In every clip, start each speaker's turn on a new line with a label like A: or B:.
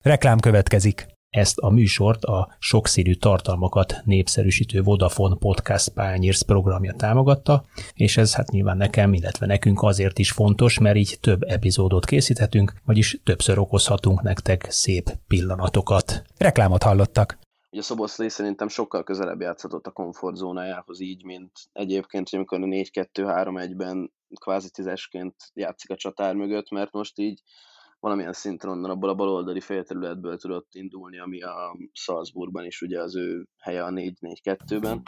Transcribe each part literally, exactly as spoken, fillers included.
A: Reklám következik. Ezt a műsort a sokszínű tartalmakat népszerűsítő Vodafone Podcast Pioneers programja támogatta, és ez hát nyilván nekem, illetve nekünk azért is fontos, mert így több epizódot készíthetünk, vagyis többször okozhatunk nektek szép pillanatokat. Reklámot hallottak.
B: Ugye Szoboszlai szerintem sokkal közelebb játszhatott a komfortzónájához így, mint egyébként, amikor a négy kettő három egyben kvázi tízesként játszik a csatár mögött, mert most így valamilyen szinten onnan abból a baloldali félterületből tudott indulni, ami a Salzburgban is ugye az ő helye a négy négy kettőben.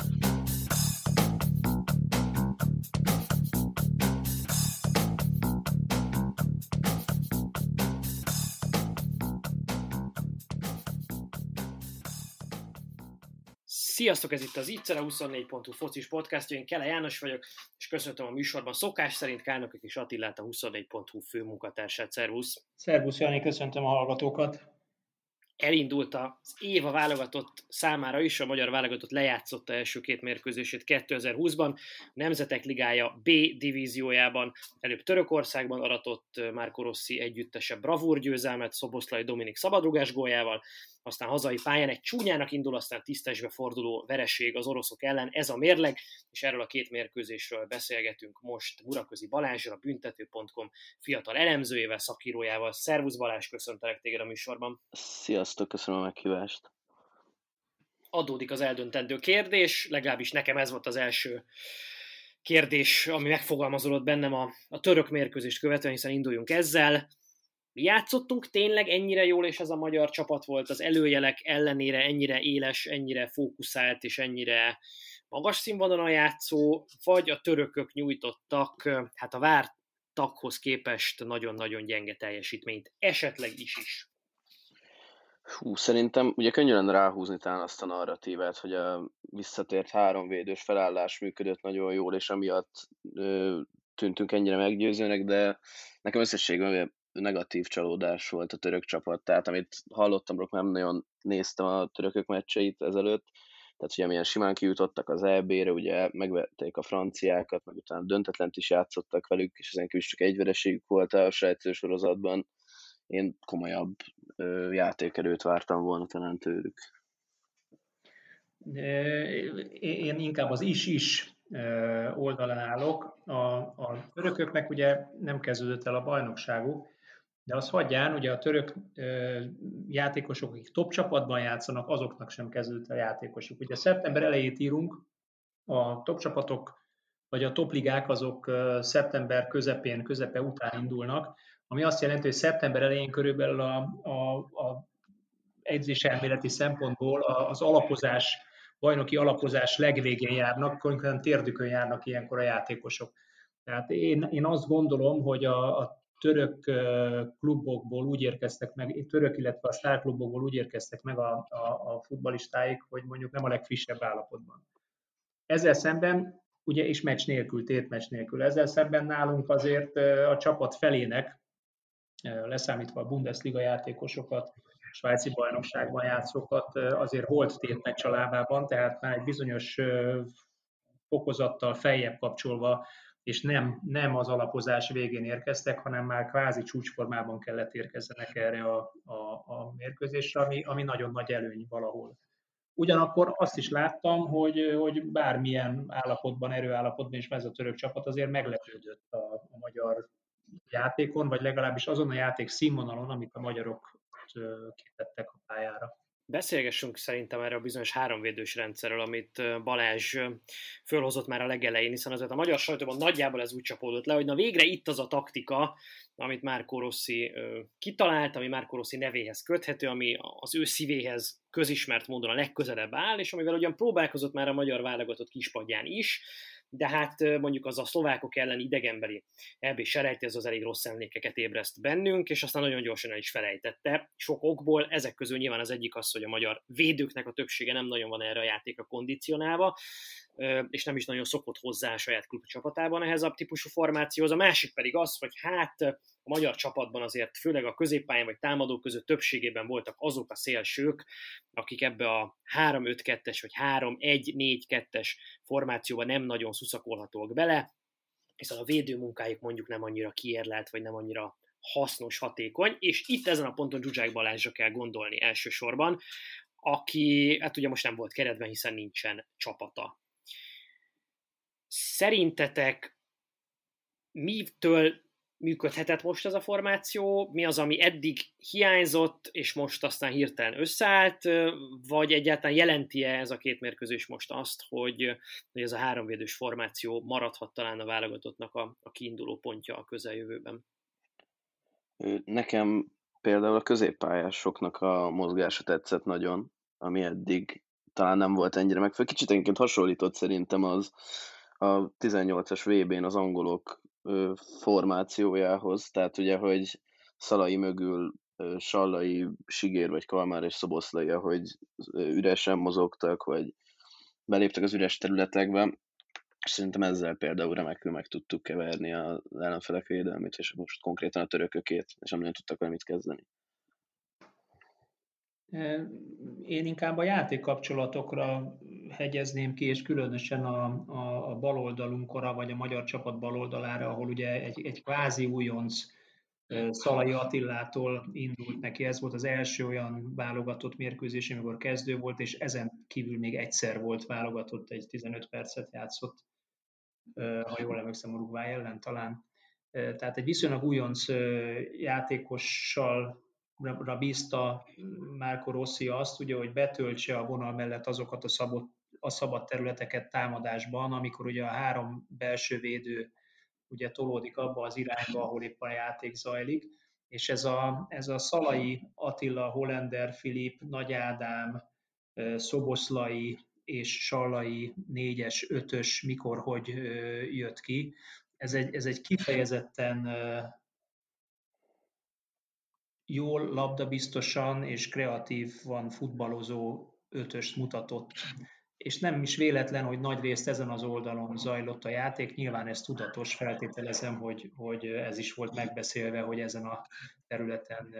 C: Sziasztok, ez itt az Ittszer, a huszonnégy pont hu focis podcastja, én Kele János vagyok, és köszöntöm a műsorban szokás szerint Kálnokik és Attilát, a huszonnégy pont hu főmunkatársát. Szervusz!
D: Szervusz, Jani, köszöntöm a hallgatókat!
C: Elindult az év a válogatott számára is, a magyar válogatott lejátszotta első két mérkőzését kétezer-húszban, a Nemzetek Ligája B divíziójában, előbb Törökországban aratott Marco Rossi együttese bravúrgyőzelmet Szoboszlai Dominik szabadrugás góljával, aztán hazai pályán egy csúnyának indul, aztán tisztesbe forduló vereség az oroszok ellen, ez a mérleg, és erről a két mérkőzésről beszélgetünk most Buraközi Balázsra, a büntető pont com fiatal elemzőjével, szakírójával. Szervusz Balázs, köszöntelek téged a műsorban.
B: Sziasztok, köszönöm a meghívást.
C: Adódik az eldöntendő kérdés, legalábbis nekem ez volt az első kérdés, ami megfogalmazódott bennem a, a török mérkőzést követően, hiszen induljunk ezzel. Játszottunk tényleg ennyire jól, és ez a magyar csapat volt az előjelek ellenére ennyire éles, ennyire fókuszált és ennyire magas színvonalon játszó, vagy a törökök nyújtottak, hát a vártakhoz képest nagyon-nagyon gyenge teljesítményt, esetleg is is.
B: Hú, szerintem ugye könnyű lenne ráhúzni talán azt a narratívát, hogy a visszatért háromvédős felállás működött nagyon jól, és amiatt ö, tűntünk ennyire meggyőzőnek, de nekem összességben negatív csalódás volt a török csapat, tehát amit hallottam, akkor nem nagyon néztem a törökök meccseit ezelőtt, tehát ugye milyen simán kijutottak az é bé-re, ugye megvették a franciákat, meg utána döntetlent is játszottak velük, és ezen kívül csak egy vereségük volt a sejtő sorozatban. Én komolyabb ö, játékerőt vártam volna talán tőlük.
D: Én inkább az is-is oldalán állok. A, a törököknek ugye nem kezdődött el a bajnokságuk, de azt hagyján, ugye a török játékosok, akik top csapatban játszanak, azoknak sem kezdődött a játékosuk. Ugye szeptember elejét írunk, a top csapatok, vagy a topligák azok szeptember közepén, közepe után indulnak, ami azt jelenti, hogy szeptember elején körülbelül a, a, a edzéselméleti szempontból az alapozás, bajnoki alapozás legvégén járnak, konkrétan térdükön járnak ilyenkor a játékosok. Tehát én, én azt gondolom, hogy a, a török klubokból úgy érkeztek meg, török, illetve a sztárklubokból úgy érkeztek meg a, a, a futballistáik, hogy mondjuk nem a legfrissebb állapotban. Ezzel szemben, ugye, és meccs nélkül, tétmeccs nélkül, ezzel szemben nálunk azért a csapat felének, leszámítva a Bundesliga játékosokat, svájci bajnokságban játszókat, azért volt tétmeccs a lábában, tehát már egy bizonyos fokozattal feljebb kapcsolva, és nem, nem az alapozás végén érkeztek, hanem már kvázi csúcsformában kellett érkezzenek erre a, a, a mérkőzésre, ami, ami nagyon nagy előny valahol. Ugyanakkor azt is láttam, hogy, hogy bármilyen állapotban, erőállapotban is ez a török csapat azért meglepődött a, a magyar játékon, vagy legalábbis azon a játék színvonalon, amit a magyarok kitettek a pályára.
C: Beszélgessünk szerintem erre a bizonyos háromvédős rendszerről, amit Balázs fölhozott már a legelején, hiszen azért a magyar sajtóban nagyjából ez úgy csapódott le, hogy na végre itt az a taktika, amit Marco Rossi kitalált, ami Marco Rossi nevéhez köthető, ami az ő szívéhez közismert módon a legközelebb áll, és amivel ugyan próbálkozott már a magyar válogatott kispadján is, de hát mondjuk az a szlovákok ellen idegenbeli é bé selejti, az az elég rossz emlékeket ébreszt bennünk, és aztán nagyon gyorsan el is felejtette. Sok okból, ezek közül nyilván az egyik az, hogy a magyar védőknek a többsége nem nagyon van erre a játékra kondicionálva, és nem is nagyon szokott hozzá a saját klubcsapatában ehhez a típusú formációhoz. A másik pedig az, hogy hát a magyar csapatban azért főleg a középpályán vagy támadók között többségében voltak azok a szélsők, akik ebbe a három öt kettes vagy három egy négy kettes formációba nem nagyon szuszakolhatóak bele, hiszen a védőmunkájuk mondjuk nem annyira kiérlelt, vagy nem annyira hasznos, hatékony, és itt ezen a ponton Zsuzsák Balázsra kell gondolni elsősorban, aki, hát ugye most nem volt keretben, hiszen nincsen csapata. Szerintetek mitől működhetett most ez a formáció? Mi az, ami eddig hiányzott, és most aztán hirtelen összeállt, vagy egyáltalán jelenti-e ez a két mérkőzés most azt, hogy, hogy ez a háromvédős formáció maradhat talán a válogatottnak a, a kiinduló pontja a közeljövőben?
B: Nekem például a középpályásoknak a mozgása tetszett nagyon, ami eddig talán nem volt ennyire megfelelő. Kicsit egyébként hasonlított szerintem az a tizennyolcas vé bén az angolok formációjához, tehát ugye, hogy Szalai mögül Sallai, Sigér vagy Kalmár és Szoboszlai, hogy üresen mozogtak, vagy beléptek az üres területekbe, és szerintem ezzel például remekül meg tudtuk keverni az ellenfelek védelmét, és most konkrétan a törökökét, és nem nagyon tudtak vele mit kezdeni.
D: Én inkább a játékkapcsolatokra hegyezném ki, és különösen a, a, a baloldalunkra, vagy a magyar csapat baloldalára, ahol ugye egy, egy kvázi újonc Szalai Attilától indult neki. Ez volt az első olyan válogatott mérkőzés, amikor kezdő volt, és ezen kívül még egyszer volt válogatott, egy tizenöt percet játszott, ha jól emlékszem, Uruguay ellen talán. Tehát egy viszonylag újonc játékossal bízta Marco Rossi azt, ugye, hogy betöltse a vonal mellett azokat a, szabad, a szabad területeket támadásban, amikor ugye a három belső védő ugye tolódik abba az irányba, ahol épp a játék zajlik, és ez a, ez a Szalai, Attila, Hollander, Filip, Nagy Ádám, Szoboszlai és Sallai négyes, ötös mikor, hogy jött ki. Ez egy, ez egy kifejezetten jól, labdabiztosan és kreatívan futballozó ötöst mutatott. És nem is véletlen, hogy nagy részt ezen az oldalon zajlott a játék. Nyilván ez tudatos, feltételezem, hogy, hogy ez is volt megbeszélve, hogy ezen a területen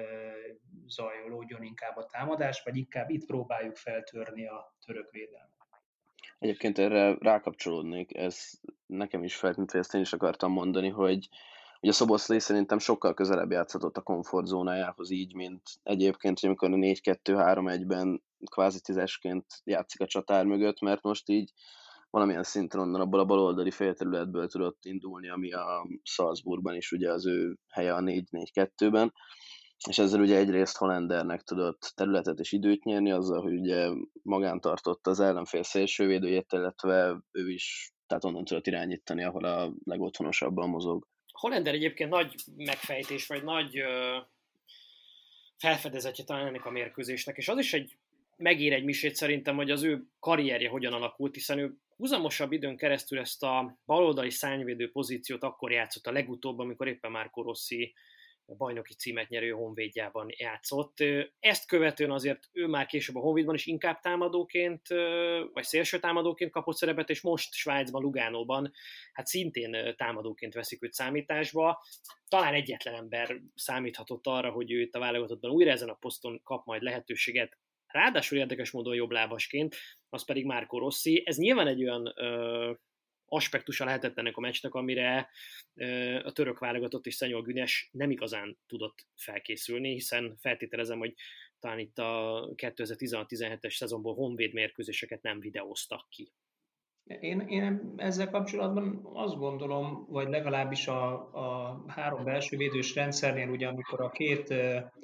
D: zajolódjon inkább a támadás, vagy inkább itt próbáljuk feltörni a török védelmet.
B: Egyébként erre rákapcsolódnék, ez nekem is feltűnt, hogy ezt én is akartam mondani, hogy ugye Szoboszlai szerintem sokkal közelebb játszhatott a komfortzónájához így, mint egyébként, hogy amikor a négy kettő három egyben kvázi tízesként játszik a csatár mögött, mert most így valamilyen szinten onnan abból a baloldali félterületből tudott indulni, ami a Salzburgban is ugye az ő helye a négy négy kettőben, és ezzel ugye egyrészt Hollandernek tudott területet és időt nyerni, azzal, hogy ugye magán tartotta az ellenfél szélsővédőjét, illetve ő is, tehát onnan tudott irányítani, ahol a legotthonosabban mozog.
C: Hollander egyébként nagy megfejtés, vagy nagy ö, felfedezetje talán ennek a mérkőzésnek, és az is egy megér egy misét szerintem, hogy az ő karrierje hogyan alakult, hiszen ő húzamosabb időn keresztül ezt a baloldali szárnyvédő pozíciót akkor játszott a legutóbb, amikor éppen Marco Rossi bajnoki címet nyerő Honvédjában játszott. Ezt követően azért ő már később a Honvédban is inkább támadóként, vagy szélső támadóként kapott szerepet, és most Svájcban, Lugánóban hát szintén támadóként veszik őt számításba. Talán egyetlen ember számíthatott arra, hogy ő itt a válogatottban újra ezen a poszton kap majd lehetőséget, ráadásul érdekes módon jobblábasként, az pedig Marco Rossi. Ez nyilván egy olyan ö, aspektusa lehetett ennek a meccsnek, amire ö, a török válogatott és Szenyol Günes nem igazán tudott felkészülni, hiszen feltételezem, hogy talán itt a kétezer-tizenhat tizenhetes szezonból Honvéd mérkőzéseket nem videóztak ki.
D: Én, én ezzel kapcsolatban azt gondolom, vagy legalábbis a, a három belső védős rendszernél, ugye amikor a két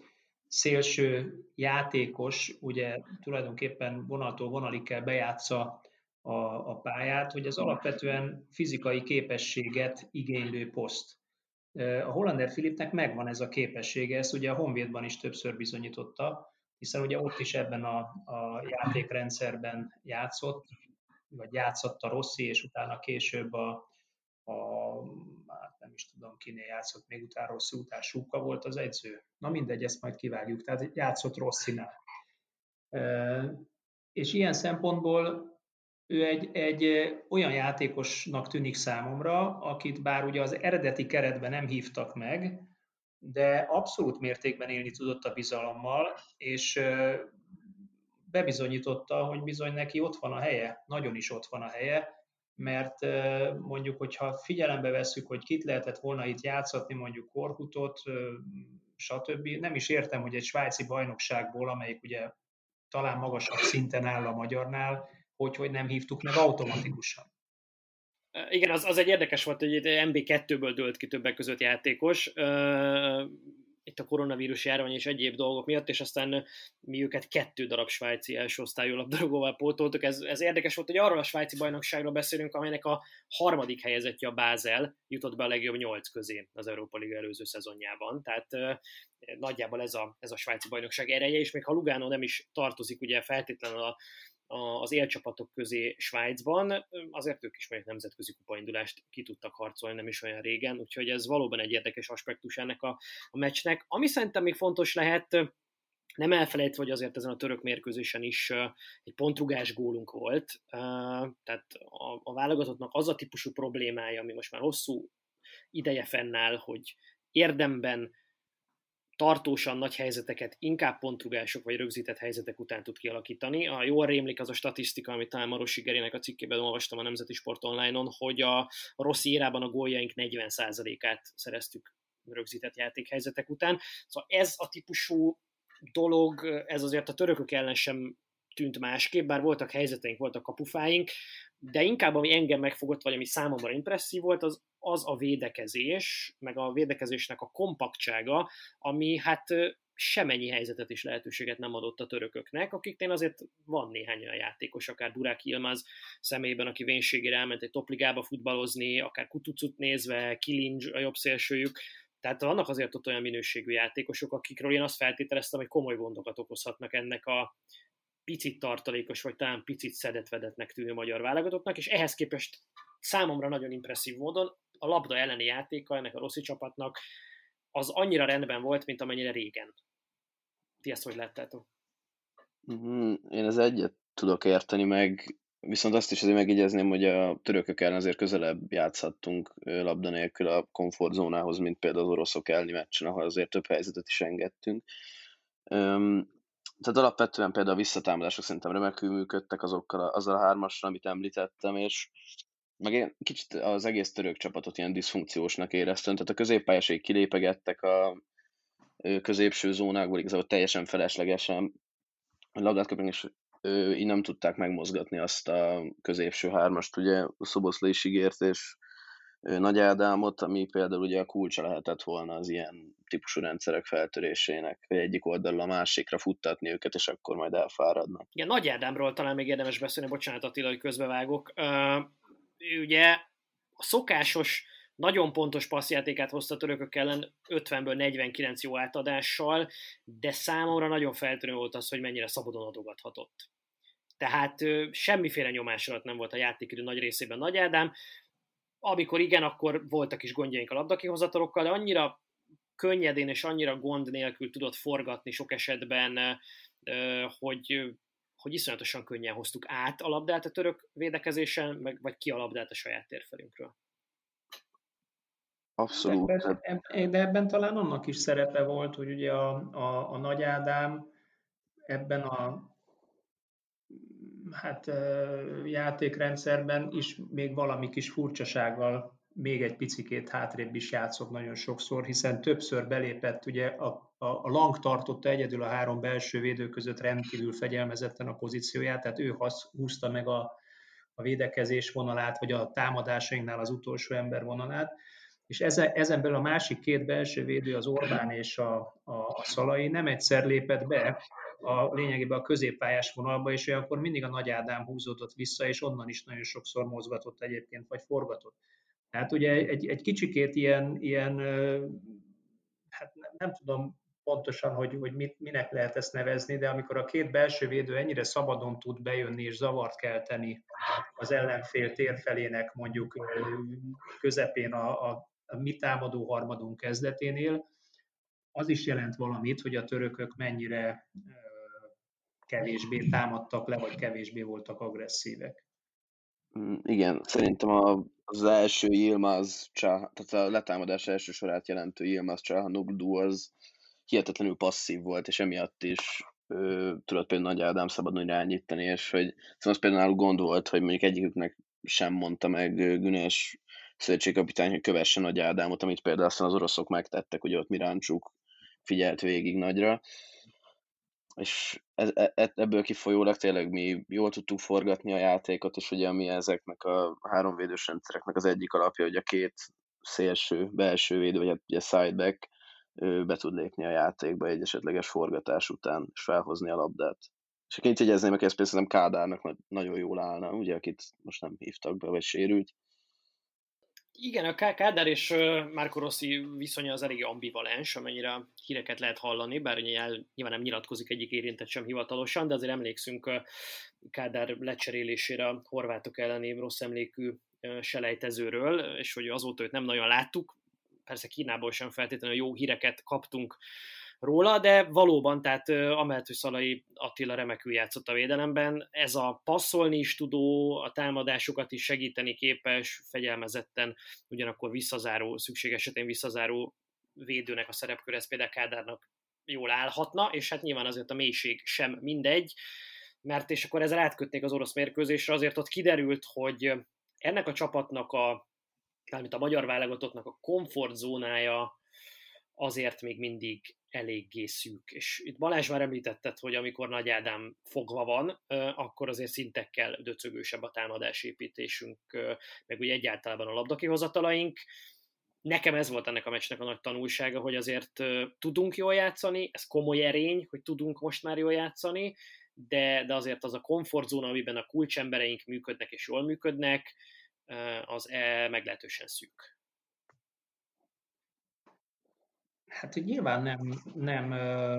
D: szélső játékos ugye tulajdonképpen vonaltól vonalig kell bejátsza a, a pályát, hogy ez alapvetően fizikai képességet igénylő poszt. A Hollander Filipnek megvan ez a képessége, ezt ugye a Honvédban is többször bizonyította, hiszen ugye ott is ebben a, a játékrendszerben játszott, vagy játszott a Rossi, és utána később a, a hát nem is tudom kinél játszott, még utána Rossi után Súka volt az edző. Na mindegy, ezt majd kivágjuk, tehát játszott Rossinál. E, és ilyen szempontból ő egy, egy olyan játékosnak tűnik számomra, akit bár ugye az eredeti keretben nem hívtak meg, de abszolút mértékben élni tudott a bizalommal, és bebizonyította, hogy bizony neki ott van a helye, nagyon is ott van a helye, mert mondjuk, hogyha figyelembe vesszük, hogy kit lehetett volna itt játszatni, mondjuk Korkutot, stb. Nem is értem, hogy egy svájci bajnokságból, amelyik ugye talán magasabb szinten áll a magyarnál, hogy, hogy nem hívtuk meg automatikusan.
C: Igen, az, az egy érdekes volt, hogy itt em bé kettőből dőlt ki többek között játékos, uh, itt a koronavírus járvány és egyéb dolgok miatt, és aztán mi őket kettő darab svájci első osztályú labdarúgóval pótoltuk. Ez, ez érdekes volt, hogy arról a svájci bajnokságról beszélünk, amelynek a harmadik helyezettje a Basel jutott be a legjobb nyolc közé az Európa Liga előző szezonjában. Tehát uh, nagyjából ez a, ez a svájci bajnokság ereje, és még ha Lugano nem is tartozik ugye feltétlenül a az élcsapatok közé Svájcban, azért ők is mondjuk nemzetközi kupaindulást ki tudtak harcolni nem is olyan régen, úgyhogy ez valóban egy érdekes aspektus ennek a, a meccsnek. Ami szerintem még fontos lehet, nem elfelejtve, hogy azért ezen a török mérkőzésen is egy pontrugás gólunk volt, tehát a, a válogatottnak az a típusú problémája, ami most már hosszú ideje fennáll, hogy érdemben tartósan nagy helyzeteket inkább pontrugások vagy rögzített helyzetek után tud kialakítani. A jól rémlik az a statisztika, amit talán Marosi Gerinek a cikkében olvastam a Nemzeti Sport Online-on, hogy a, a rossz érában a góljaink negyven százalékát szereztük rögzített játékhelyzetek után. Szóval ez a típusú dolog, ez azért a törökök ellen sem tűnt másképp, bár voltak helyzeteink, voltak kapufáink, de inkább ami engem megfogott, vagy ami számomra impresszív volt, az, az a védekezés, meg a védekezésnek a kompaktsága, ami hát semennyi helyzetet és lehetőséget nem adott a törököknek, akiknél azért van néhány olyan játékos, akár Burak Yilmaz személyében, aki vénségére elment egy topligába futballozni, akár Kutucut nézve, Kilincs a jobb szélsőjük, tehát vannak azért ott olyan minőségű játékosok, akikről én azt feltételeztem, hogy komoly gondokat okozhatnak ennek a picit tartalékos, vagy talán picit szedetvedetnek tűnő magyar válogatottnak, és ehhez képest számomra nagyon impresszív módon a labda elleni játéka ennek a Rossi csapatnak az annyira rendben volt, mint amennyire régen. Ti ezt hogy láttátok?
B: Én ez egyet tudok érteni, meg viszont azt is azért megjegyezném, hogy a törökök ellen azért közelebb játszhattunk labda nélkül a komfortzónához, mint például az oroszok elleni meccsen, ahol azért több helyzetet is engedtünk. Tehát alapvetően például a visszatámadások szerintem remekül működtek azokkal a, azzal a hármassal, amit említettem, és meg én kicsit az egész török csapatot ilyen diszfunkciósnak éreztem, tehát a középpályaség kilépegettek a középső zónákból, igazából teljesen feleslegesen labdát kapnak, és így nem tudták megmozgatni azt a középső hármast, ugye Szoboszlai is ígért, és Nagy Ádámot, ami például ugye a kulcsa lehetett volna az ilyen típusú rendszerek feltörésének, hogy egyik oldalra a másikra futtatni őket, és akkor majd elfáradnak.
C: Igen, Nagy Ádámról talán még érdemes beszélni, bocsánat Attila, hogy közbevágok. Uh, ugye a szokásos, nagyon pontos passzjátékát hozta a törökök ellen ötvenből negyvenkilenc jó átadással, de számomra nagyon feltűnő volt az, hogy mennyire szabadon adogathatott. Tehát uh, semmiféle nyomás alatt nem volt a játékidő nagy részében Nagy Ádám. Amikor igen, akkor voltak is gondjaink a labdakihozatalokkal, de annyira könnyedén és annyira gond nélkül tudott forgatni sok esetben, hogy, hogy iszonyatosan könnyen hoztuk át a labdát a török védekezésen, meg, vagy ki a labdát a saját térfelünkről.
B: Abszolút.
D: De ebben, de ebben talán annak is szerepe volt, hogy ugye a, a, a Nagy Ádám ebben a hát játékrendszerben is még valami kis furcsasággal még egy picikét hátrébb is játszott nagyon sokszor, hiszen többször belépett, ugye a, a, a Lang tartotta egyedül a három belső védő között rendkívül fegyelmezetten a pozícióját, tehát ő húzta meg a, a védekezés vonalát, vagy a támadásainknál az utolsó ember vonalát, és ezen, ezen belül a másik két belső védő, az Orbán és a, a, a Szalai nem egyszer lépett be a lényegében a középpályás vonalba, és akkor mindig a Nagy Ádám húzódott vissza, és onnan is nagyon sokszor mozgatott egyébként, vagy forgatott. Tehát ugye egy, egy kicsikét ilyen, ilyen hát nem, nem tudom pontosan, hogy, hogy mit, minek lehet ezt nevezni, de amikor a két belső védő ennyire szabadon tud bejönni és zavart kelteni az ellenfél térfelének mondjuk közepén a, a, a mi támadó harmadunk kezdeténél, az is jelent valamit, hogy a törökök mennyire kevésbé támadtak le, vagy kevésbé voltak agresszívek.
B: Igen, szerintem az első Yilmaz, tehát a letámadás első sorát jelentő Yilmaz Çalhanoğlu az hihetetlenül passzív volt, és emiatt is ö, tudott például Nagy Ádám szabadon irányítani, és hogy szóval az például gond volt, hogy mondjuk egyiküknek sem mondta meg Güneş szövetségkapitány, hogy kövesse Nagy Ádámot, amit például aztán az oroszok megtettek, ugye ott Miranchuk figyelt végig nagyra. És ez, e, ebből kifolyólag tényleg mi jól tudtuk forgatni a játékot, és ugye mi ezeknek a háromvédős rendszereknek az egyik alapja, hogy a két szélső, belső védő, vagy ugye sideback be tud lépni a játékba egy esetleges forgatás után, és felhozni a labdát. És aként jegyezném, hogy ez például Kádárnak nagyon jól állna, ugye, akit most nem hívtak be, vagy sérült.
C: Igen, a Kádár és Marco Rossi viszonya az elég ambivalens, amennyire híreket lehet hallani, bár nyilván nem nyilatkozik egyik érintett sem hivatalosan, de azért emlékszünk Kádár lecserélésére a horvátok elleni rossz emlékű selejtezőről, és hogy azóta őt nem nagyon láttuk, persze Kínából sem feltétlenül jó híreket kaptunk róla, de valóban, tehát amellett, hogy Szalai Attila remekül játszott a védelemben, ez a passzolni is tudó, a támadásokat is segíteni képes, fegyelmezetten, ugyanakkor visszazáró, szükség esetén visszazáró védőnek a szerepkör, ez például Kádárnak jól állhatna, és hát nyilván azért a mélység sem mindegy, mert és akkor ezzel átkötnék az orosz mérkőzésre, azért ott kiderült, hogy ennek a csapatnak a, mármint a magyar válogatottnak a komfortzónája azért még mindig eléggé szűk. És itt Balázs már említetted, hogy amikor Nagy Ádám fogva van, akkor azért szintekkel döcögősebb a támadásépítésünk, meg úgy egyáltalán a labdakihozatalaink. Nekem ez volt ennek a meccsnek a nagy tanulsága, hogy azért tudunk jól játszani, ez komoly erény, hogy tudunk most már jól játszani, de, de azért az a komfortzóna, amiben a kulcsembereink működnek és jól működnek, az meglehetősen szűk.
D: Hát nyilván nem, nem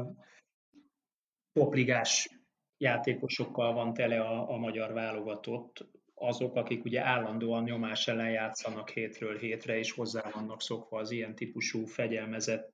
D: topligás játékosokkal van tele a, a magyar válogatott, azok, akik ugye állandóan nyomás ellen játszanak hétről hétre, és hozzá vannak szokva az ilyen típusú fegyelmezett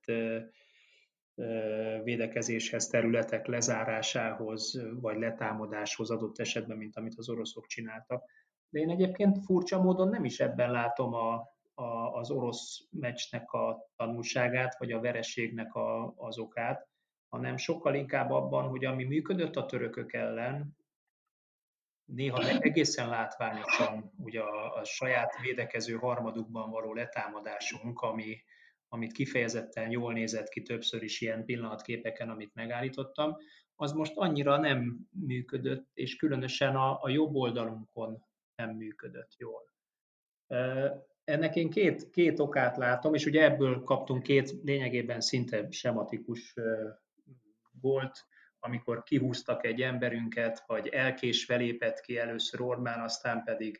D: védekezéshez, területek lezárásához, vagy letámadáshoz adott esetben, mint amit az oroszok csináltak. De én egyébként furcsa módon nem is ebben látom a, a, az orosz meccsnek a tanulságát, vagy a vereségnek a, az okát, hanem sokkal inkább abban, hogy ami működött a törökök ellen, néha egészen látványosan ugye a, a saját védekező harmadukban való letámadásunk, ami, amit kifejezetten jól nézett ki többször is ilyen pillanatképeken, amit megállítottam, az most annyira nem működött, és különösen a, a jobb oldalunkon nem működött jól. Ennek én két, két okát látom, és ugye ebből kaptunk két lényegében szinte sematikus gólt, amikor kihúztak egy emberünket, vagy elkésve lépett ki először Orbán, aztán pedig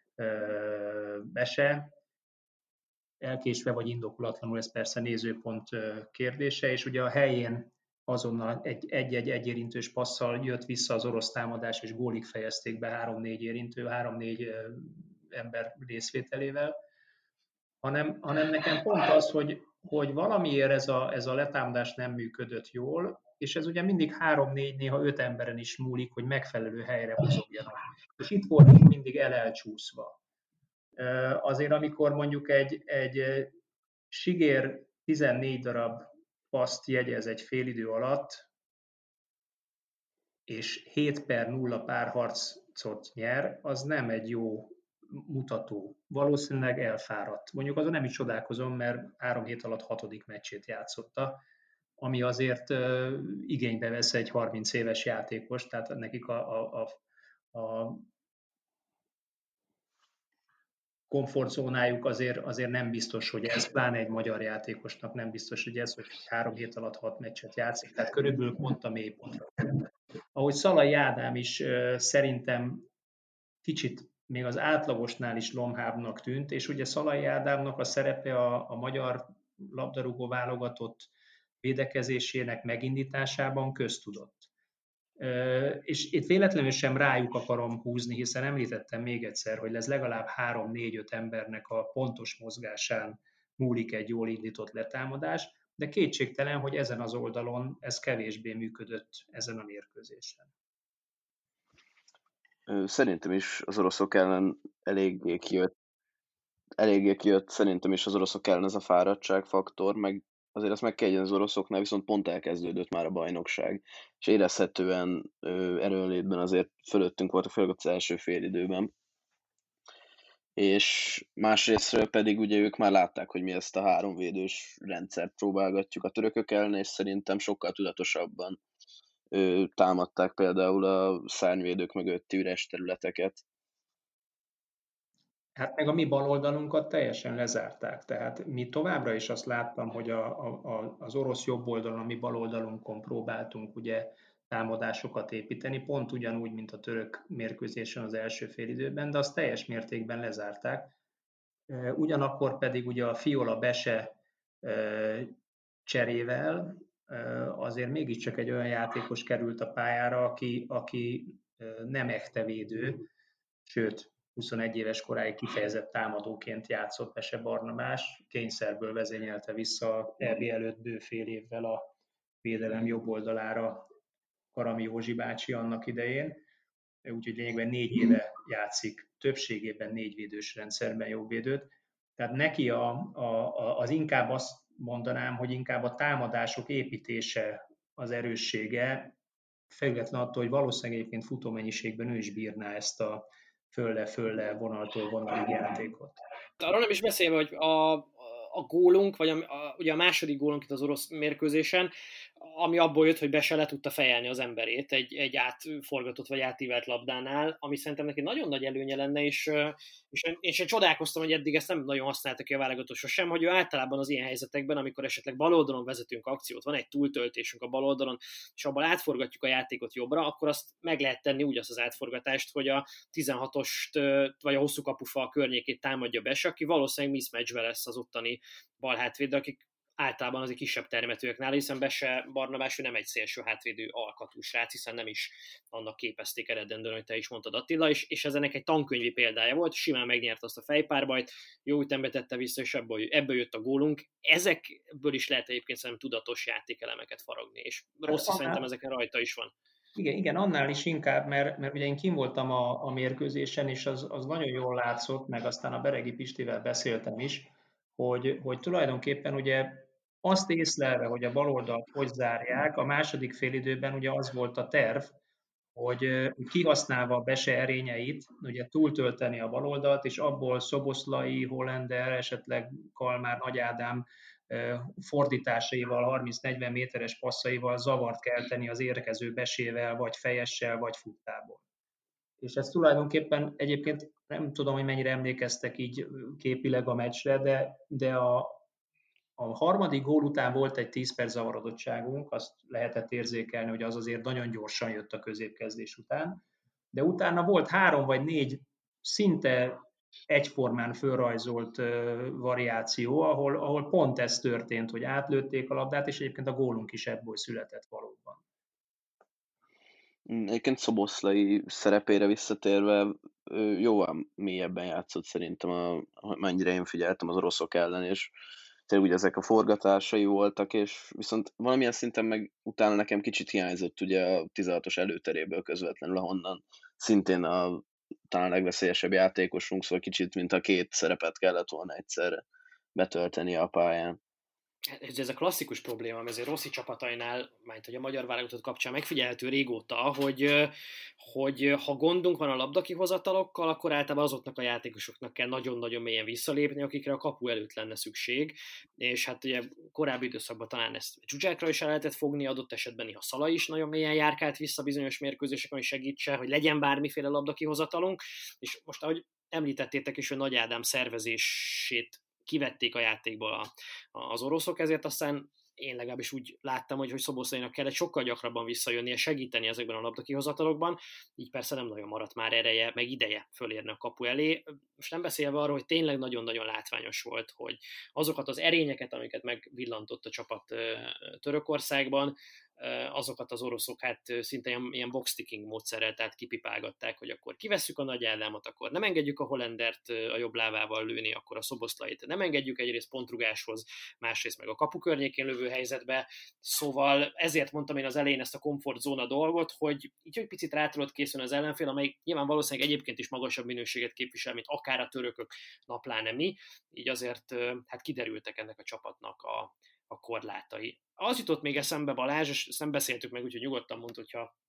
D: Bese. Elkésve vagy indokolatlanul, ez persze nézőpont kérdése, és ugye a helyén azonnal egy-egy egyérintős passzal jött vissza az orosz támadás, és gólig fejezték be három-négy érintő, három-négy ember részvételével, hanem, hanem nekem pont az, hogy, hogy valamiért ez a, ez a letámadás nem működött jól, és ez ugye mindig három-négy, néha öt emberen is múlik, hogy megfelelő helyre mozogjanak. És itt voltunk mindig el-elcsúszva. Azért, amikor mondjuk egy, egy Sigér tizennégy darab paszt jegyez egy félidő alatt, és hét per nulla párharcot nyer, az nem egy jó mutató. Valószínűleg elfáradt. Mondjuk azon nem is csodálkozom, mert három hét alatt hatodik meccsét játszotta, ami azért igénybe vesz egy harminc éves játékos, tehát nekik a, a, a, a komfortzónájuk azért, azért nem biztos, hogy ez, pláne egy magyar játékosnak nem biztos, hogy ez, hogy három hét alatt hat meccset játszik, tehát körülbelül pont a mélypontra. Ahogy Szalai Ádám is szerintem kicsit még az átlagosnál is lomhábbnak tűnt, és ugye Szalai Ádámnak a szerepe a, a magyar labdarúgó válogatott védekezésének megindításában köztudott. És itt véletlenül sem rájuk akarom húzni, hiszen említettem még egyszer, hogy ez legalább három-négy-öt embernek a pontos mozgásán múlik egy jól indított letámadás, de kétségtelen, hogy ezen az oldalon ez kevésbé működött ezen a mérkőzésen.
B: Szerintem is az oroszok ellen eléggé kijött, eléggé kijött szerintem is az oroszok ellen ez a fáradtságfaktor, meg azért azt meg kell egyen az oroszoknál, viszont pont elkezdődött már a bajnokság, és érezhetően erőnlétben azért fölöttünk voltak, főleg az első fél időben. és másrésztről pedig ugye ők már látták, hogy mi ezt a háromvédős rendszert próbálgatjuk a törökök ellen, és szerintem sokkal tudatosabban ö, támadták például a szárnyvédők mögötti üres területeket.
D: Hát meg a mi baloldalunkat teljesen lezárták, tehát mi továbbra is azt láttam, hogy a, a, az orosz jobb oldalon, a mi baloldalunkon próbáltunk ugye támadásokat építeni, pont ugyanúgy, mint a török mérkőzésen az első félidőben, de azt teljes mértékben lezárták. Ugyanakkor pedig ugye a Fiola-Bese cserével azért mégiscsak egy olyan játékos került a pályára, aki, aki nem echte védő, sőt, huszonegy éves koráig kifejezett támadóként játszott Bese Barnabás, kényszerből vezényelte vissza a é bé előtt bő fél évvel a védelem jobb oldalára Karami Józsi bácsi annak idején, úgyhogy lényegben négy éve játszik, többségében négyvédős rendszerben jobbvédőt. Tehát neki a, a, az inkább azt mondanám, hogy inkább a támadások építése az erőssége, független attól, hogy valószínűleg egyébként futómennyiségben ő is bírná ezt a fölle-fölle vonaltól vonalig játékot.
C: Arról nem is beszélve, hogy a, a gólunk, vagy a, a, ugye a második gólunk itt az orosz mérkőzésen, ami abból jött, hogy Bese le tudta fejelni az emberét egy, egy átforgatott vagy átívelt labdánál, ami szerintem neki nagyon nagy előnye lenne, és, és én, és én csodálkoztam, hogy eddig ezt nem nagyon használta ki a válogatott sem, hogy ő általában az ilyen helyzetekben, amikor esetleg baloldalon vezetünk akciót, van egy túltöltésünk a baloldalon, és abban átforgatjuk a játékot jobbra, akkor azt meg lehet tenni úgy azt az átforgatást, hogy a tizenhatost vagy a hosszú kapufal környékét támadja Bese, aki valószínűleg mismatchbe lesz az ottani balhátvédő, akik általában az egy kisebb termetőek nála, hiszen Bese Barnabás ő nem egy szélső hátvédő alkatú srác, hiszen nem is annak képezték eredendően, hogy te is mondtad, Attila, és, és ez ennek egy tankönyvi példája volt, simán megnyert azt a fejpárbajt, jó ütembe tette vissza, és ebből, ebből jött a gólunk. Ezekből is lehet egyébként szerintem tudatos játékelemeket faragni, és Rossi hát, szerintem ezeken rajta is van.
D: Igen, igen, annál is inkább, mert, mert ugye én kim voltam a, a mérkőzésen, és az, az nagyon jól látszott, meg aztán a Beregi Pistivel beszéltem is, hogy, hogy tulajdonképpen ugye azt észlelve, hogy a baloldalt hogy zárják, a második félidőben ugye az volt a terv, hogy kihasználva a Bese erényeit, ugye túltölteni a baloldalt, és abból Szoboszlai, Hollander, esetleg Kalmár, Nagy Ádám fordításaival, harminc-negyven méteres passzaival zavart kelteni az érkező Besével, vagy Fejessel, vagy Futtából. És ez tulajdonképpen egyébként nem tudom, hogy mennyire emlékeztek így képileg a meccsre, de, de a, a harmadik gól után volt egy tíz perc zavarodottságunk, azt lehetett érzékelni, hogy az azért nagyon gyorsan jött a középkezdés után, de utána volt három vagy négy szinte egyformán fölrajzolt variáció, ahol, ahol pont ez történt, hogy átlőtték a labdát, és egyébként a gólunk is ebből született valóban.
B: Egyébként Szoboszlai szerepére visszatérve jóval mélyebben játszott szerintem, a, mennyire én figyeltem az oroszok ellen, és tényleg ugye ezek a forgatásai voltak, és viszont valamilyen szinten meg utána nekem kicsit hiányzott ugye a tizenhatos előteréből közvetlenül, ahonnan szintén a talán legveszélyesebb játékosunk, szóval kicsit mint a két szerepet kellett volna egyszerre betölteni a pályán.
C: Ez a klasszikus probléma, ami azért Rossi csapatainál, majd hogy a magyar válogatott kapcsán megfigyelhető régóta, hogy, hogy ha gondunk van a labdakihozatalokkal, akkor általában azoknak a játékosoknak kell nagyon-nagyon mélyen visszalépni, akikre a kapu előtt lenne szükség, és hát ugye korábbi időszakban talán ezt Zsuzsákra is el lehetett fogni, adott esetben néha Szala is nagyon mélyen járkált vissza bizonyos mérkőzéseken, hogy segítse, hogy legyen bármiféle labdakihozatalunk, és most ahogy említettétek is, hogy Nagy Ádám szervezését kivették a játékból a, az oroszok, ezért aztán én legalábbis úgy láttam, hogy, hogy Szoboszlainak kellett sokkal gyakrabban visszajönnie, segíteni ezekben a labdakihozatalokban, így persze nem nagyon maradt már ereje, meg ideje fölérni a kapu elé. Most nem beszélve arról, hogy tényleg nagyon-nagyon látványos volt, hogy azokat az erényeket, amiket megvillantott a csapat Törökországban, azokat az oroszok hát szinte ilyen, ilyen box-ticking módszerrel, tehát kipipálgatták, hogy akkor kivesszük a Nagy Ádámot, akkor nem engedjük a Hollandert a jobb lábával lőni, akkor a Szoboszlait nem engedjük egyrészt pontrugáshoz, másrészt meg a kapu környékén lövő helyzetbe, szóval ezért mondtam én az elején ezt a komfortzóna dolgot, hogy így hogy picit rá tudott készülni az ellenfél, amely nyilván valószínűleg egyébként is magasabb minőséget képvisel, mint akár a törökök, napláne mi, így azért hát kiderültek ennek a csapatnak a a korlátai. Az jutott még eszembe, Balázs, és ezt nem beszéltük meg, úgyhogy nyugodtan mondd, hogyha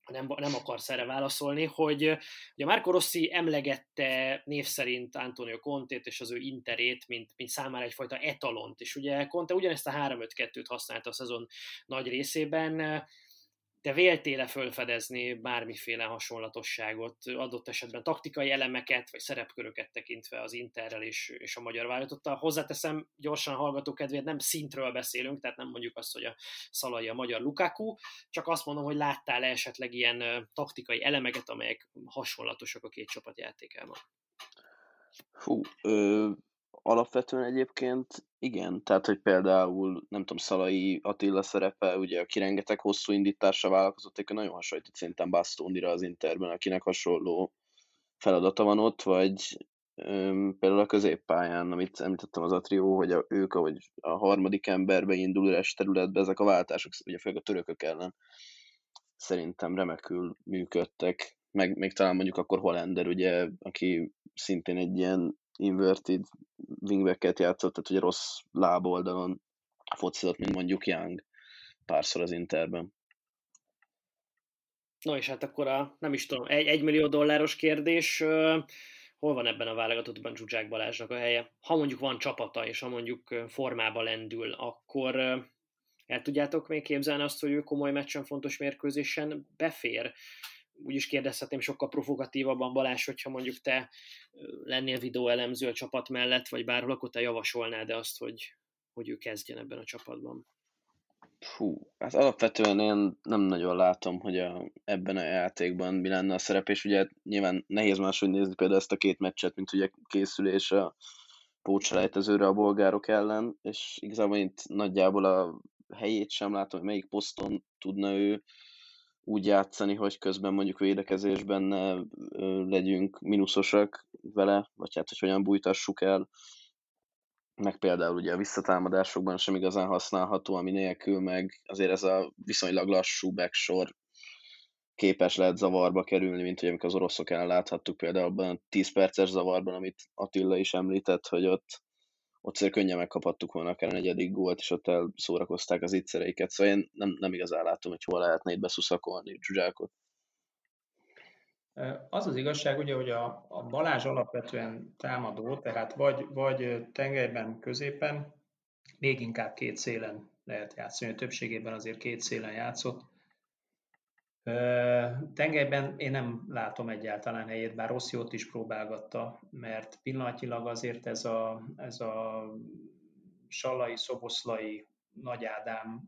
C: nem, nem akarsz erre válaszolni, hogy ugye Marco Rossi emlegette név szerint Antonio Contét és az ő Interét, mint, mint számára egyfajta etalont, és ugye Conte ugyanezt a három öt kettőt használta a szezon nagy részében. Te véltél-e fölfedezni bármiféle hasonlatosságot, adott esetben taktikai elemeket, vagy szerepköröket tekintve az Interrel és, és a magyar válogatottal? Hozzáteszem, gyorsan a hallgató kedvéért, nem szintről beszélünk, tehát nem mondjuk azt, hogy a Szalai a magyar Lukaku, csak azt mondom, hogy láttál-e esetleg ilyen taktikai elemeket, amelyek hasonlatosak a két csapat játékában?
B: Fú, ö, alapvetően egyébként igen, tehát hogy például, nem tudom, Szalai Attila szerepe, ugye aki rengeteg hosszú indításra vállalkozott, egy nagyon hasonlított szinten Bastonira az Interben, akinek hasonló feladata van ott, vagy öm, például a középpályán, amit említettem az Atrió, hogy a, ők, ahogy a harmadik emberbe indul üres területbe, ezek a váltások, ugye főleg a törökök ellen szerintem remekül működtek, meg még talán mondjuk akkor Hollander, ugye, aki szintén egy ilyen inverted wingbacket játszott, tehát ugye rossz láboldalon focizott, mint mondjuk Young párszor az Interben.
C: No és hát akkor a, nem is tudom, egy, egy millió dolláros kérdés, uh, hol van ebben a válogatottban Zsuzsák Balázsnak a helye? Ha mondjuk van csapata, és ha mondjuk formába lendül, akkor uh, el tudjátok még képzelni azt, hogy ő komoly meccsen, fontos mérkőzésen befér? Úgy is kérdezhetném sokkal provokatívabban, Balázs, hogyha mondjuk te lennél videóelemző a csapat mellett, vagy bárhol, akkor te javasolnád azt, hogy, hogy ő kezdjen ebben a csapatban?
B: Fú, hát alapvetően én nem nagyon látom, hogy a, ebben a játékban mi lenne a szerep, és ugye nyilván nehéz máshogy nézni például ezt a két meccset, mint ugye készülés a pótselejtezőre a bolgárok ellen, és igazából itt nagyjából a helyét sem látom, hogy melyik poszton tudna ő úgy játszani, hogy közben mondjuk védekezésben ne legyünk mínuszosak vele, vagy hát, hogy hogyan bújtassuk el, meg például ugye a visszatámadásokban sem igazán használható, ami nélkül meg azért ez a viszonylag lassú backsor képes lehet zavarba kerülni, mint hogy amikor az oroszok ellen láthattuk például abban a tíz perces zavarban, amit Attila is említett, hogy ott, ott azért könnyen megkaphattuk volna akár a negyedik gólt, és ott elszórakozták az ittszereiket, szóval én nem, nem igazán látom, hogy hol lehetne itt beszuszakolni Zsuzsákot.
D: Az az igazság ugye, hogy a, a Balázs alapvetően támadó, tehát vagy, vagy tengelyben, középen, még inkább két szélen lehet játszani. Többségében azért két szélen játszott. Tengelyben én nem látom egyáltalán helyét, bár Rossi ott is próbálgatta, mert pillanatnyilag azért ez a, ez a Sallai, Szoboszlai, Nagy Ádám,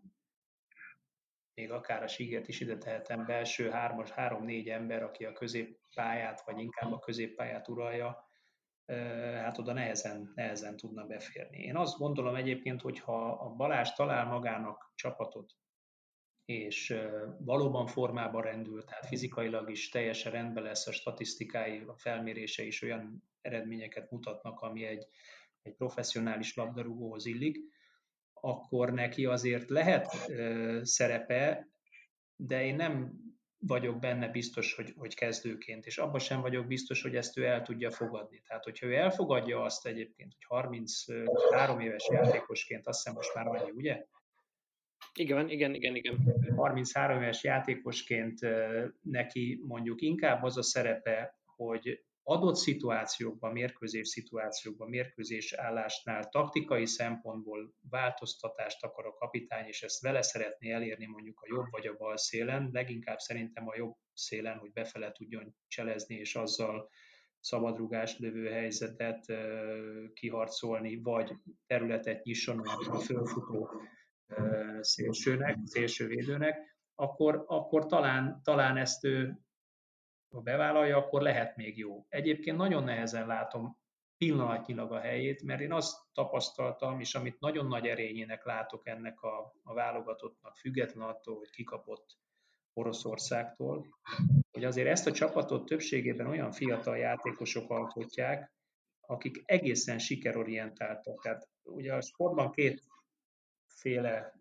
D: még akár a Sigert is ide tehetem, belső hármas, három-négy ember, aki a középpályát, vagy inkább a középpályát uralja, hát oda nehezen, nehezen tudna beférni. Én azt gondolom egyébként, hogy ha a Balázs talál magának csapatot, és valóban formában rendül, tehát fizikailag is teljesen rendben lesz, a statisztikái, a felmérése is olyan eredményeket mutatnak, ami egy, egy professzionális labdarúgóhoz illik, akkor neki azért lehet ö, szerepe, de én nem vagyok benne biztos, hogy, hogy kezdőként, és abban sem vagyok biztos, hogy ezt ő el tudja fogadni. Tehát, hogyha ő elfogadja azt egyébként, hogy harminchárom éves játékosként, azt hiszem most már annyi, ugye?
C: Igen, igen, igen, igen.
D: harminchárom éves játékosként neki mondjuk inkább az a szerepe, hogy adott szituációkban, mérkőzés szituációkban, mérkőzés állásnál taktikai szempontból változtatást akar a kapitány, és ezt vele szeretné elérni mondjuk a jobb vagy a bal szélen, leginkább szerintem a jobb szélen, hogy befele tudjon cselezni, és azzal szabadrugás lövő helyzetet kiharcolni, vagy területet nyisson a fölfutó szélsőnek, szélsővédőnek, akkor, akkor talán, talán ezt ő, ha bevállalja, akkor lehet még jó. Egyébként nagyon nehezen látom pillanatnyilag a helyét, mert én azt tapasztaltam, és amit nagyon nagy erényének látok ennek a, a válogatottnak, független attól, hogy kikapott Oroszországtól, hogy azért ezt a csapatot többségében olyan fiatal játékosok alkotják, akik egészen sikerorientáltak. Tehát ugye a sportban kétféle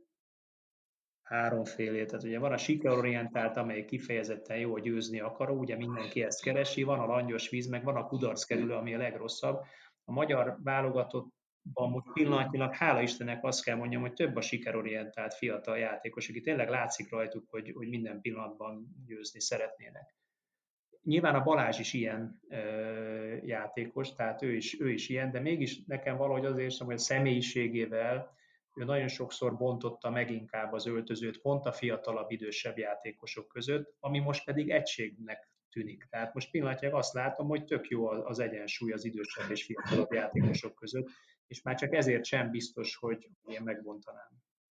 D: háromfélét. Tehát ugye van a sikerorientált, amely kifejezetten jó, győzni akaró, ugye mindenki ezt keresi, van a langyos víz, meg van a kudarckerülő, ami a legrosszabb. A magyar válogatott most pillanatnyilag, hála Istennek azt kell mondjam, hogy több a sikerorientált fiatal játékos, aki tényleg látszik rajtuk, hogy, hogy minden pillanatban győzni szeretnének. Nyilván a Balázs is ilyen ö, játékos, tehát ő is, ő is ilyen, de mégis nekem valahogy azért sem, hogy a személyiségével ő nagyon sokszor bontotta meg inkább az öltözőt pont a fiatalabb, idősebb játékosok között, ami most pedig egységnek tűnik. Tehát most pillanatnyilag azt látom, hogy tök jó az egyensúly az idősebb és fiatalabb játékosok között, és már csak ezért sem biztos, hogy én megbontanám.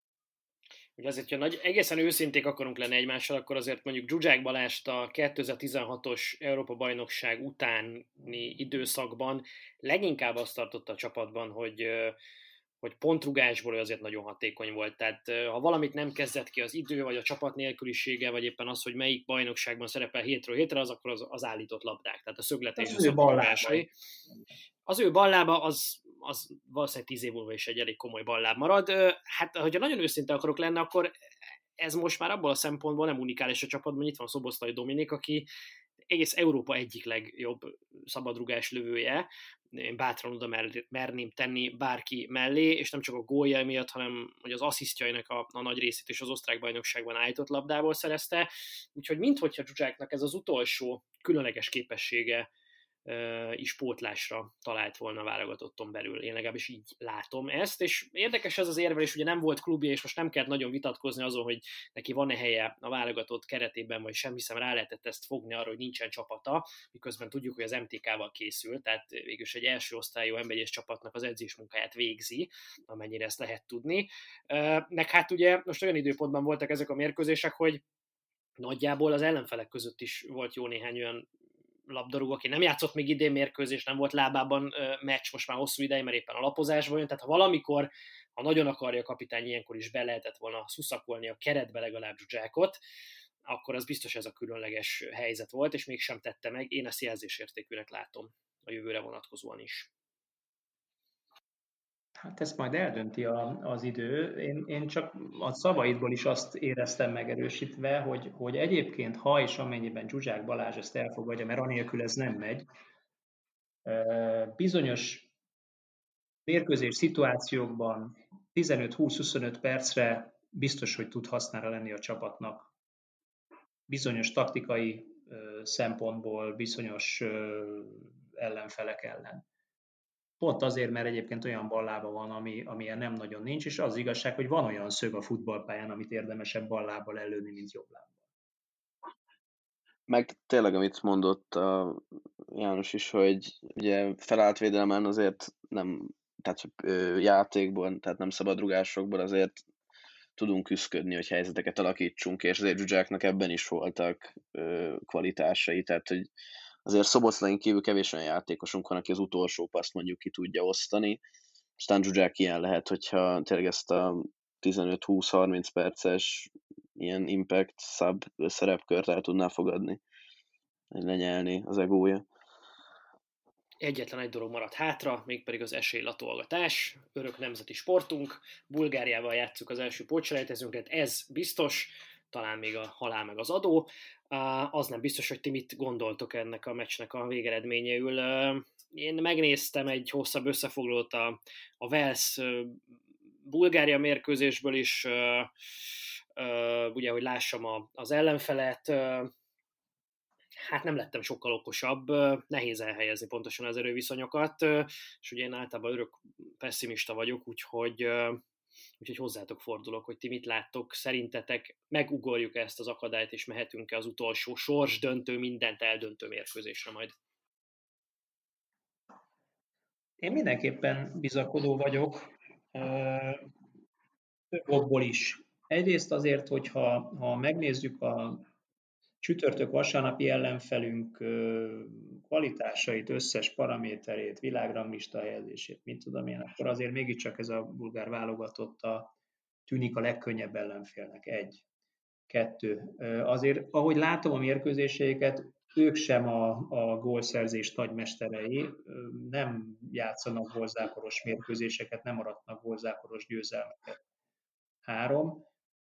C: Ugye azért, ha nagy, egészen őszinték akarunk lenni egymással, akkor azért mondjuk Zsuzsák Balást a kétezer-tizenhatos Európa-bajnokság utáni időszakban leginkább azt tartotta a csapatban, hogy, hogy pontrugásból ő azért nagyon hatékony volt. Tehát ha valamit nem kezdett ki az idő, vagy a csapat nélkülisége, vagy éppen az, hogy melyik bajnokságban szerepel hétről hétre, az akkor az, az állított labdák, tehát a szögletés, a pontrugásai. Az ő ballába az, az valószínűleg tíz év múlva is egy elég komoly balláb marad. Hát, hogyha nagyon őszinte akarok lenni, akkor ez most már abból a szempontból nem unikális a csapatban. Itt van Szoboszlai Dominik, aki egész Európa egyik legjobb szabadrugás lövője. Én bátran oda merném tenni bárki mellé, és nem csak a gólja miatt, hanem hogy az asszisztjainak a, a nagy részét is az osztrák bajnokságban állított labdából szerezte. Úgyhogy minthogyha Zsuzsáknak ez az utolsó különleges képessége is pótlásra talált volna a válogatotton belül. Én legalábbis így látom ezt, és érdekes ez az érvelés, ugye nem volt klubja, és most nem kellett nagyon vitatkozni azon, hogy neki van-e helye a válogatott keretében, vagy sem, hiszem rá lehetett ezt fogni arra, hogy nincsen csapata, miközben tudjuk, hogy az em té ká-val készül, tehát végülis egy első osztályú en bé egyes csapatnak az edzésmunkáját végzi, amennyire ezt lehet tudni. Meg hát ugye most olyan időpontban voltak ezek a mérkőzések, hogy nagyjából az ellenfelek között is volt jó néhány olyan labdarúgó, aki nem játszott még idén mérkőzés, nem volt lábában meccs most már hosszú ideje, mert éppen a lapozásban jön, tehát ha valamikor, ha nagyon akarja a kapitány, ilyenkor is be lehetett volna szuszakolni a keretbe legalább Zsuzsákot, akkor az biztos ez a különleges helyzet volt, és mégsem tette meg. Én ezt jelzésértékűnek látom a jövőre vonatkozóan is.
D: Hát ezt majd eldönti a, az idő. Én, én csak a szavaidból is azt éreztem megerősítve, hogy, hogy egyébként, ha és amennyiben Zsuzsák Balázs ezt elfogadja, mert anélkül ez nem megy, bizonyos mérkőzés szituációkban tizenöt-húsz-huszonöt percre biztos, hogy tud hasznára lenni a csapatnak. Bizonyos taktikai szempontból, bizonyos ellenfelek ellen. Pont azért, mert egyébként olyan ballába van, ami, amilyen nem nagyon nincs, és az igazság, hogy van olyan szög a futballpályán, amit érdemesebb ballábbal előni, mint jobb lábbal.
B: Meg tényleg, amit mondott a János is, hogy ugye felállt védelmen azért nem, tehát játékban, tehát nem szabadrugásokban azért tudunk küszködni, hogy helyzeteket alakítsunk, és azért Zsuzsáknak ebben is voltak kvalitásai, tehát hogy azért Szoboszlain kívül kevés olyan játékosunk van, aki az utolsó paszt mondjuk ki tudja osztani. Aztán Zsuzsák ilyen lehet, hogyha tényleg ezt a tizenöt-húsz-harminc perces ilyen impact sub szerepkört el tudná fogadni, hogy lenyelni az egója.
C: Egyetlen egy dolog maradt hátra, mégpedig az esélylatolgatás. Örök nemzeti sportunk. Bulgáriával játsszuk az első pótselejtezőnket, ez biztos, talán még a halál meg az adó. Az nem biztos, hogy ti mit gondoltok ennek a meccsnek a végeredményeül. Én megnéztem egy hosszabb összefoglalót a, a Wales Bulgária mérkőzésből is, ugye, hogy lássam a, az ellenfelet. Hát nem lettem sokkal okosabb, nehéz elhelyezni pontosan az erőviszonyokat, és ugye én általában örök pessimista vagyok, úgyhogy, úgyhogy hozzátok fordulok, hogy ti mit láttok, szerintetek megugorjuk ezt az akadályt, és mehetünk-e az utolsó sorsdöntő, mindent eldöntő mérkőzésre majd?
D: Én mindenképpen bizakodó vagyok, több okból is. Egyrészt azért, hogyha ha megnézzük a csütörtök-vasárnapi ellenfelünk kvalitásait, összes paraméterét, világranglista helyezését, mit tudom én, akkor azért mégiscsak ez a bulgár válogatotta tűnik a legkönnyebb ellenfélnek. Egy. Kettő. Azért, ahogy látom a mérkőzéseiket, ők sem a, a gólszerzés nagymesterei, nem játszanak gólzáporos mérkőzéseket, nem aratnak gólzáporos győzelmeket. Három.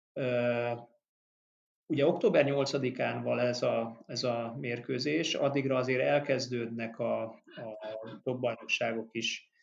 D: Ugye október nyolcadikán van ez a, ez a mérkőzés, addigra azért elkezdődnek a, a top bajnokságok is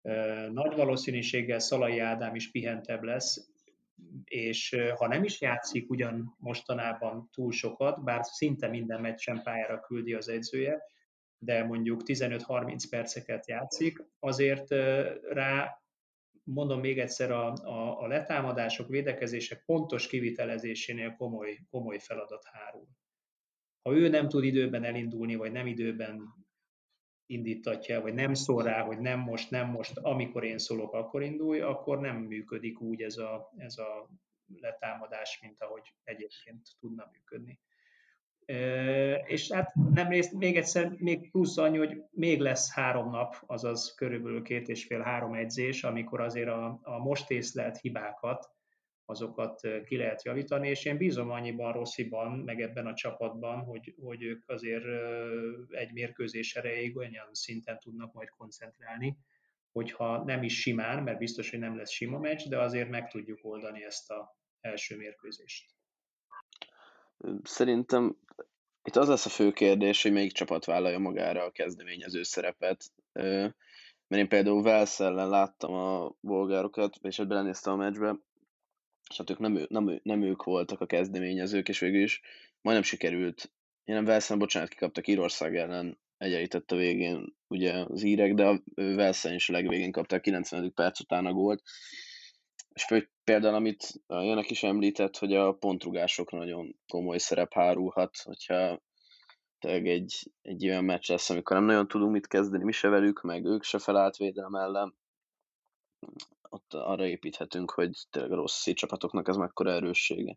D: Nagy valószínűséggel Szalai Ádám is pihentebb lesz, és ha nem is játszik ugyan mostanában túl sokat, bár szinte minden meccsen pályára küldi az edzője, de mondjuk tizenöt-harminc perceket játszik, azért rá, mondom még egyszer, a, a, a letámadások, védekezések pontos kivitelezésénél komoly, komoly feladat hárul. Ha ő nem tud időben elindulni, vagy nem időben indítatja, vagy nem szól rá, hogy nem most, nem most, amikor én szólok, akkor indulj, akkor nem működik úgy ez a, ez a letámadás, mint ahogy egyébként tudna működni. E, és hát nem részt, még egyszer, még plusz annyi, hogy még lesz három nap, azaz körülbelül két és fél három edzés, amikor azért a, a most észlelt hibákat, azokat ki lehet javítani, és én bízom annyiban Rossiban, meg ebben a csapatban, hogy, hogy ők azért egy mérkőzés erejéig olyan szinten tudnak majd koncentrálni, hogyha nem is simán, mert biztos, hogy nem lesz sima meccs, de azért meg tudjuk oldani ezt az első mérkőzést.
B: Szerintem itt az lesz a fő kérdés, hogy melyik csapat vállalja magára a kezdeményező szerepet. Mert én például Wales ellen láttam a bolgárokat, és ott belenéztem a meccsbe, és hát ők nem, nem, nem ők voltak a kezdeményezők, és végül is majdnem sikerült. Én nem Walesen, bocsánat, kikaptak Írország ellen, egyenlített a végén ugye az írek, de a Walesen is a legvégén kapták kilencvenedik perc után a gólt. És például, amit a Janek is említett, hogy a pontrugásokra nagyon komoly szerep hárulhat, hogyha tényleg egy, egy olyan meccs lesz, amikor nem nagyon tudunk mit kezdeni, mi se velük, meg ők se felállt védelem ellen, ott arra építhetünk, hogy tényleg a rossz csapatoknak ez mekkora erőssége.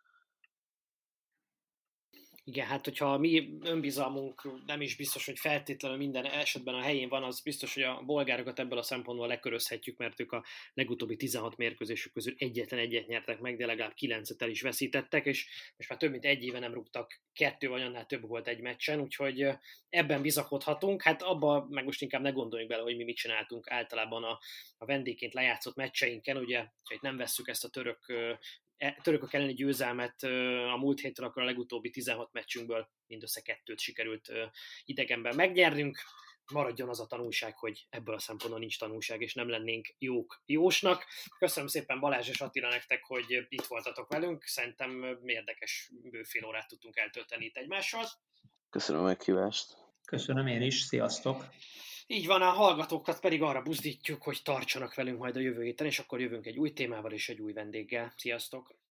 C: Igen, hát hogyha a mi önbizalmunk nem is biztos, hogy feltétlenül minden esetben a helyén van, az biztos, hogy a bolgárokat ebből a szempontból lekörözhetjük, mert ők a legutóbbi tizenhat mérkőzésük közül egyetlen egyet nyertek meg, de legalább kilencet el is veszítettek, és most már több mint egy éve nem rúgtak kettő vagy annál több volt egy meccsen, úgyhogy ebben bizakodhatunk. Hát abba meg most inkább ne gondoljunk bele, hogy mi mit csináltunk általában a, a vendégként lejátszott meccseinken, ugye, ha itt nem vesszük ezt a török törökök elleni győzelmet a múlt héten, akkor a legutóbbi tizenhat meccsünkből mindössze kettőt sikerült idegenben megnyernünk. Maradjon az a tanulság, hogy ebből a szempontból nincs tanulság, és nem lennénk jók jósnak. Köszönöm szépen Balázs és Attila nektek, hogy itt voltatok velünk. Szerintem érdekes bőfél órát tudtunk eltölteni itt egymással.
B: Köszönöm a meghívást.
D: Köszönöm én is, sziasztok!
C: Így van, a hallgatókat pedig arra buzdítjuk, hogy tartsanak velünk majd a jövő héten, és akkor jövünk egy új témával és egy új vendéggel. Sziasztok!